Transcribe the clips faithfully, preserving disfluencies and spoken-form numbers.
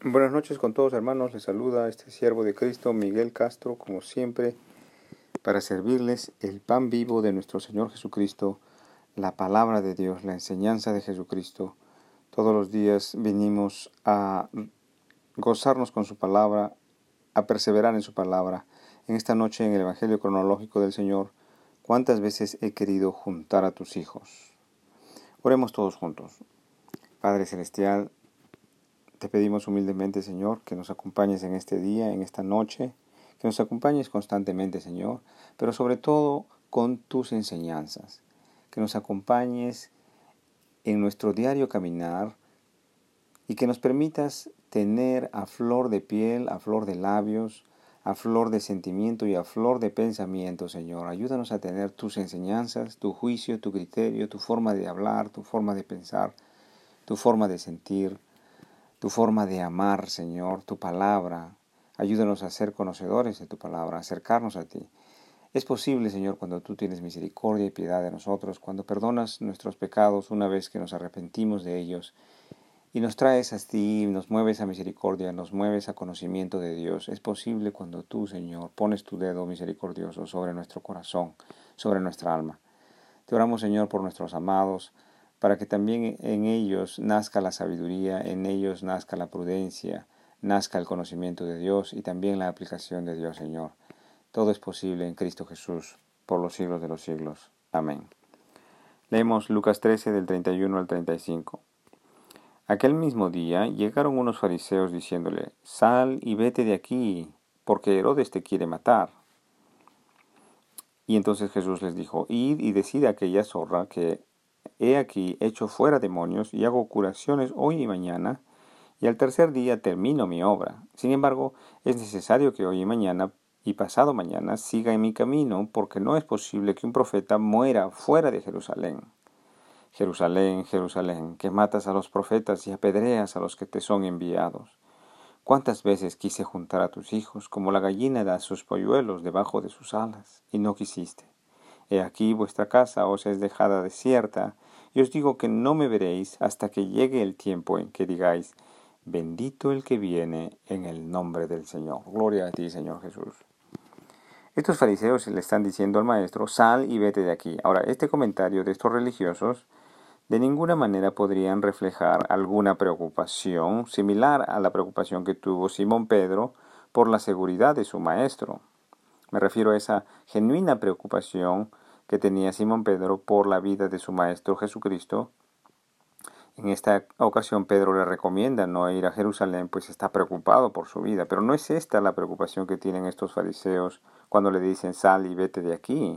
Buenas noches con todos, hermanos. Les saluda este siervo de Cristo, Miguel Castro, como siempre, para servirles el pan vivo de nuestro Señor Jesucristo, la palabra de Dios, la enseñanza de Jesucristo. Todos los días venimos a gozarnos con su palabra, a perseverar en su palabra. En esta noche, en el Evangelio cronológico del Señor, ¿cuántas veces he querido juntar a tus hijos? Oremos todos juntos. Padre Celestial, te pedimos humildemente, Señor, que nos acompañes en este día, en esta noche, que nos acompañes constantemente, Señor, pero sobre todo con tus enseñanzas, que nos acompañes en nuestro diario caminar y que nos permitas tener a flor de piel, a flor de labios, a flor de sentimiento y a flor de pensamiento, Señor. Ayúdanos a tener tus enseñanzas, tu juicio, tu criterio, tu forma de hablar, tu forma de pensar, tu forma de sentir, tu forma de amar, Señor, tu palabra. Ayúdanos a ser conocedores de tu palabra, a acercarnos a ti. Es posible, Señor, cuando tú tienes misericordia y piedad de nosotros, cuando perdonas nuestros pecados una vez que nos arrepentimos de ellos y nos traes a ti, nos mueves a misericordia, nos mueves a conocimiento de Dios. Es posible cuando tú, Señor, pones tu dedo misericordioso sobre nuestro corazón, sobre nuestra alma. Te oramos, Señor, por nuestros amados, para que también en ellos nazca la sabiduría, en ellos nazca la prudencia, nazca el conocimiento de Dios y también la aplicación de Dios, Señor. Todo es posible en Cristo Jesús, por los siglos de los siglos. Amén. Leemos Lucas trece, del treinta y uno al treinta y cinco. Aquel mismo día llegaron unos fariseos diciéndole: «Sal y vete de aquí, porque Herodes te quiere matar». Y entonces Jesús les dijo: «Id y decid a aquella zorra que he aquí echo fuera demonios y hago curaciones hoy y mañana, y al tercer día termino mi obra. Sin embargo, es necesario que hoy y mañana y pasado mañana siga en mi camino, porque no es posible que un profeta muera fuera de Jerusalén. Jerusalén, Jerusalén, que matas a los profetas y apedreas a los que te son enviados. ¿Cuántas veces quise juntar a tus hijos, como la gallina da sus polluelos debajo de sus alas, y no quisiste? He aquí vuestra casa os es dejada desierta, y os digo que no me veréis hasta que llegue el tiempo en que digáis: bendito el que viene en el nombre del Señor». Gloria a ti, Señor Jesús. Estos fariseos le están diciendo al maestro: sal y vete de aquí. Ahora, este comentario de estos religiosos de ninguna manera podrían reflejar alguna preocupación similar a la preocupación que tuvo Simón Pedro por la seguridad de su maestro. Me refiero a esa genuina preocupación que tenía Simón Pedro por la vida de su Maestro Jesucristo. En esta ocasión Pedro le recomienda no ir a Jerusalén, pues está preocupado por su vida. Pero no es esta la preocupación que tienen estos fariseos cuando le dicen: sal y vete de aquí.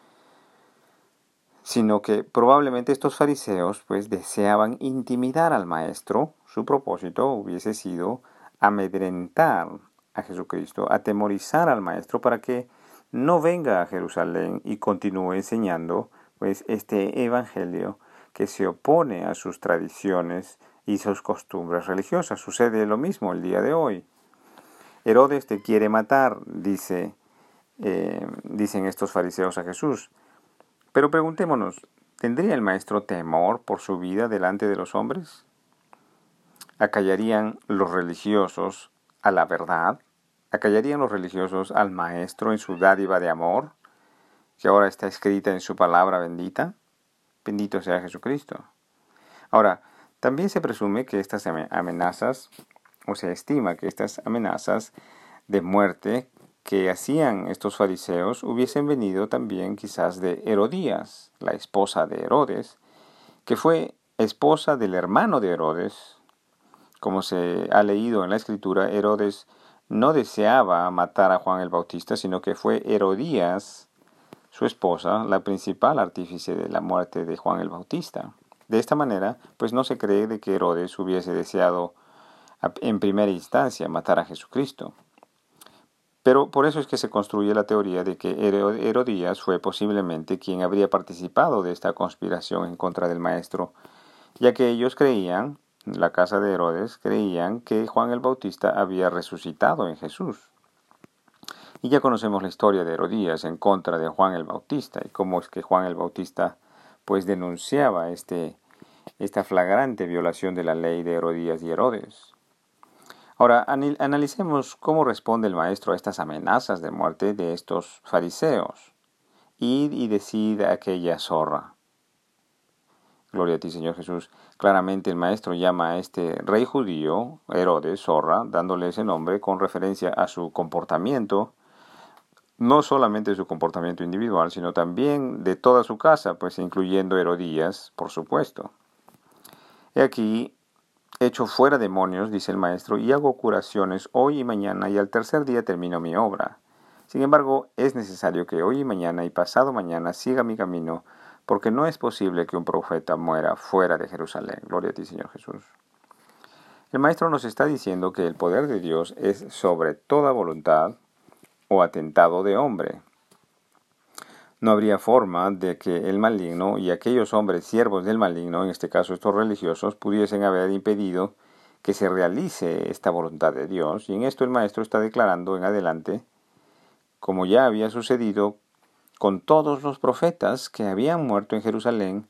Sino que probablemente estos fariseos pues deseaban intimidar al Maestro. Su propósito hubiese sido amedrentar a Jesucristo, atemorizar al Maestro para que no venga a Jerusalén y continúe enseñando pues este evangelio que se opone a sus tradiciones y sus costumbres religiosas. Sucede lo mismo el día de hoy. Herodes te quiere matar, dice, eh, dicen estos fariseos a Jesús. Pero preguntémonos, ¿tendría el maestro temor por su vida delante de los hombres? ¿Acallarían los religiosos a la verdad? ¿Acallarían los religiosos al maestro en su dádiva de amor, que ahora está escrita en su palabra bendita? Bendito sea Jesucristo. Ahora, también se presume que estas amenazas, o se estima que estas amenazas de muerte que hacían estos fariseos hubiesen venido también quizás de Herodías, la esposa de Herodes, que fue esposa del hermano de Herodes. Como se ha leído en la Escritura, Herodes no deseaba matar a Juan el Bautista, sino que fue Herodías, su esposa, la principal artífice de la muerte de Juan el Bautista. De esta manera, pues no se cree de que Herodes hubiese deseado en primera instancia matar a Jesucristo. Pero por eso es que se construye la teoría de que Herodías fue posiblemente quien habría participado de esta conspiración en contra del Maestro, ya que ellos creían, la casa de Herodes, creían que Juan el Bautista había resucitado en Jesús. Y ya conocemos la historia de Herodías en contra de Juan el Bautista, y cómo es que Juan el Bautista pues denunciaba este, esta flagrante violación de la ley de Herodías y Herodes. Ahora, analicemos cómo responde el maestro a estas amenazas de muerte de estos fariseos. Id y decid a aquella zorra. Gloria a ti, Señor Jesús. Claramente el maestro llama a este rey judío, Herodes, zorra, dándole ese nombre con referencia a su comportamiento, no solamente su comportamiento individual, sino también de toda su casa, pues incluyendo Herodías, por supuesto. He aquí, echo fuera demonios, dice el maestro, y hago curaciones hoy y mañana, y al tercer día termino mi obra. Sin embargo, es necesario que hoy y mañana y pasado mañana siga mi camino, porque no es posible que un profeta muera fuera de Jerusalén. Gloria a ti, Señor Jesús. El maestro nos está diciendo que el poder de Dios es sobre toda voluntad o atentado de hombre. No habría forma de que el maligno y aquellos hombres siervos del maligno, en este caso estos religiosos, pudiesen haber impedido que se realice esta voluntad de Dios. Y en esto el maestro está declarando en adelante, como ya había sucedido con todos los profetas que habían muerto en Jerusalén,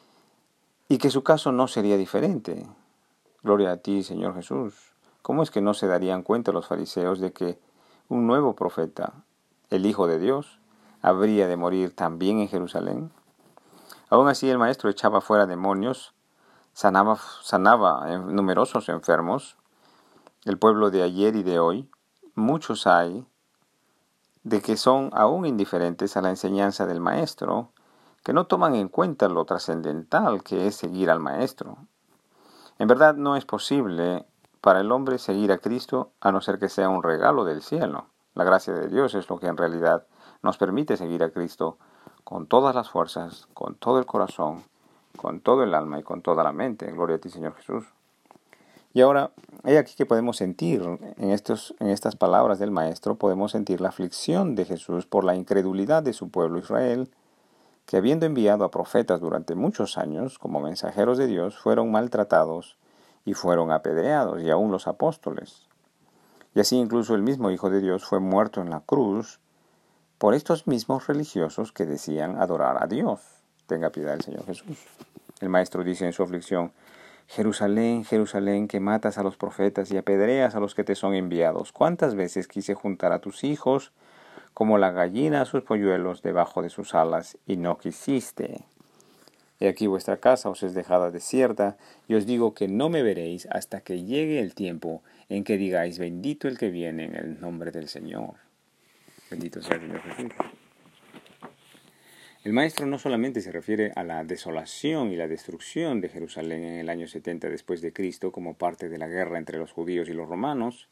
y que su caso no sería diferente. Gloria a ti, Señor Jesús. ¿Cómo es que no se darían cuenta los fariseos de que un nuevo profeta, el Hijo de Dios, habría de morir también en Jerusalén? Aún así el maestro echaba fuera demonios, sanaba, sanaba numerosos enfermos. El pueblo de ayer y de hoy, muchos hay de que son aún indiferentes a la enseñanza del maestro, que no toman en cuenta lo trascendental que es seguir al maestro. En verdad no es posible para el hombre seguir a Cristo a no ser que sea un regalo del cielo. La gracia de Dios es lo que en realidad nos permite seguir a Cristo con todas las fuerzas, con todo el corazón, con todo el alma y con toda la mente. Gloria a ti, Señor Jesús. Y ahora, hay aquí que podemos sentir, en, estos, en estas palabras del Maestro, podemos sentir la aflicción de Jesús por la incredulidad de su pueblo Israel, que habiendo enviado a profetas durante muchos años como mensajeros de Dios, fueron maltratados y fueron apedreados, y aún los apóstoles. Y así incluso el mismo Hijo de Dios fue muerto en la cruz por estos mismos religiosos que decían adorar a Dios. Tenga piedad el Señor Jesús. El Maestro dice en su aflicción, Jerusalén, Jerusalén, que matas a los profetas y apedreas a los que te son enviados. ¿Cuántas veces quise juntar a tus hijos como la gallina a sus polluelos debajo de sus alas, y no quisiste? He aquí vuestra casa os es dejada desierta, y os digo que no me veréis hasta que llegue el tiempo en que digáis, bendito el que viene en el nombre del Señor. Bendito sea el Señor Jesús. El maestro no solamente se refiere a la desolación y la destrucción de Jerusalén en el año setenta después de Cristo como parte de la guerra entre los judíos y los romanos,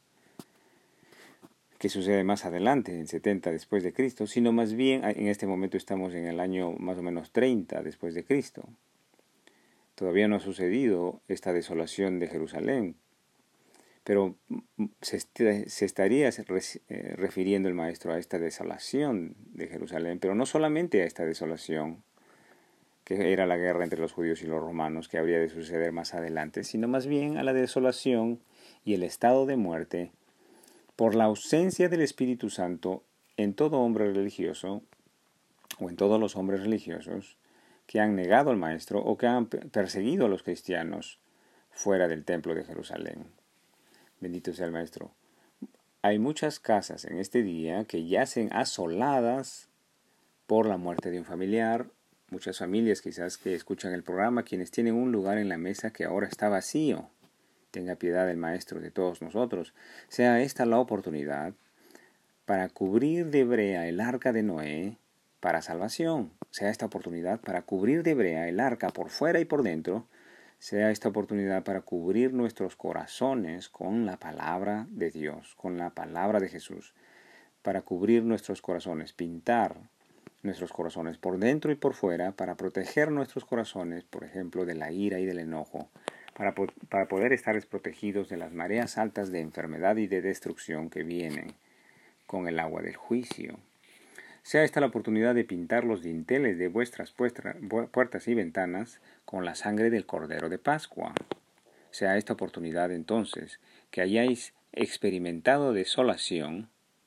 que sucede más adelante, en setenta después de Cristo, sino más bien en este momento estamos en el año más o menos treinta después de Cristo. Todavía no ha sucedido esta desolación de Jerusalén, pero se, se estaría refiriendo el maestro a esta desolación de Jerusalén, pero no solamente a esta desolación, que era la guerra entre los judíos y los romanos, que habría de suceder más adelante, sino más bien a la desolación y el estado de muerte por la ausencia del Espíritu Santo en todo hombre religioso, o en todos los hombres religiosos, que han negado al Maestro o que han perseguido a los cristianos fuera del templo de Jerusalén. Bendito sea el Maestro. Hay muchas casas en este día que yacen asoladas por la muerte de un familiar. Muchas familias quizás que escuchan el programa, quienes tienen un lugar en la mesa que ahora está vacío. Tenga piedad el Maestro de todos nosotros. Sea esta la oportunidad para cubrir de brea el arca de Noé para salvación. Sea esta oportunidad para cubrir de brea el arca por fuera y por dentro. Sea esta oportunidad para cubrir nuestros corazones con la palabra de Dios, con la palabra de Jesús. Para cubrir nuestros corazones, pintar nuestros corazones por dentro y por fuera, para proteger nuestros corazones, por ejemplo, de la ira y del enojo. Para, po- para poder estar desprotegidos de las mareas altas de enfermedad y de destrucción que vienen con el agua del juicio. Sea esta la oportunidad de pintar los dinteles de vuestras puertas y ventanas con la sangre del Cordero de Pascua. Sea esta oportunidad entonces que hayáis experimentado desolación,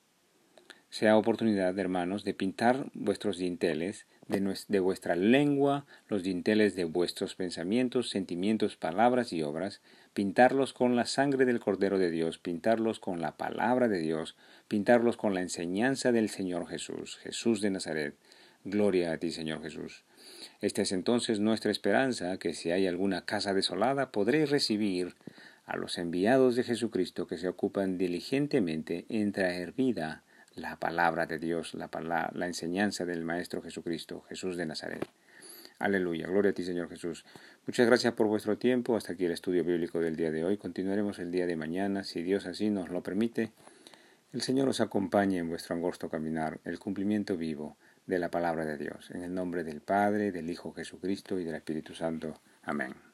sea oportunidad, hermanos, de pintar vuestros dinteles de, de vuestra lengua, los dinteles de vuestros pensamientos, sentimientos, palabras y obras, pintarlos con la sangre del Cordero de Dios, pintarlos con la palabra de Dios, pintarlos con la enseñanza del Señor Jesús, Jesús de Nazaret. Gloria a ti, Señor Jesús. Esta es entonces nuestra esperanza, que si hay alguna casa desolada, podréis recibir a los enviados de Jesucristo que se ocupan diligentemente en traer vida la palabra de Dios, la, palabra, la enseñanza del Maestro Jesucristo, Jesús de Nazaret. Aleluya, gloria a ti, Señor Jesús. Muchas gracias por vuestro tiempo. Hasta aquí el estudio bíblico del día de hoy. Continuaremos el día de mañana, si Dios así nos lo permite. El Señor os acompañe en vuestro angosto caminar, el cumplimiento vivo de la palabra de Dios. En el nombre del Padre, del Hijo Jesucristo y del Espíritu Santo. Amén.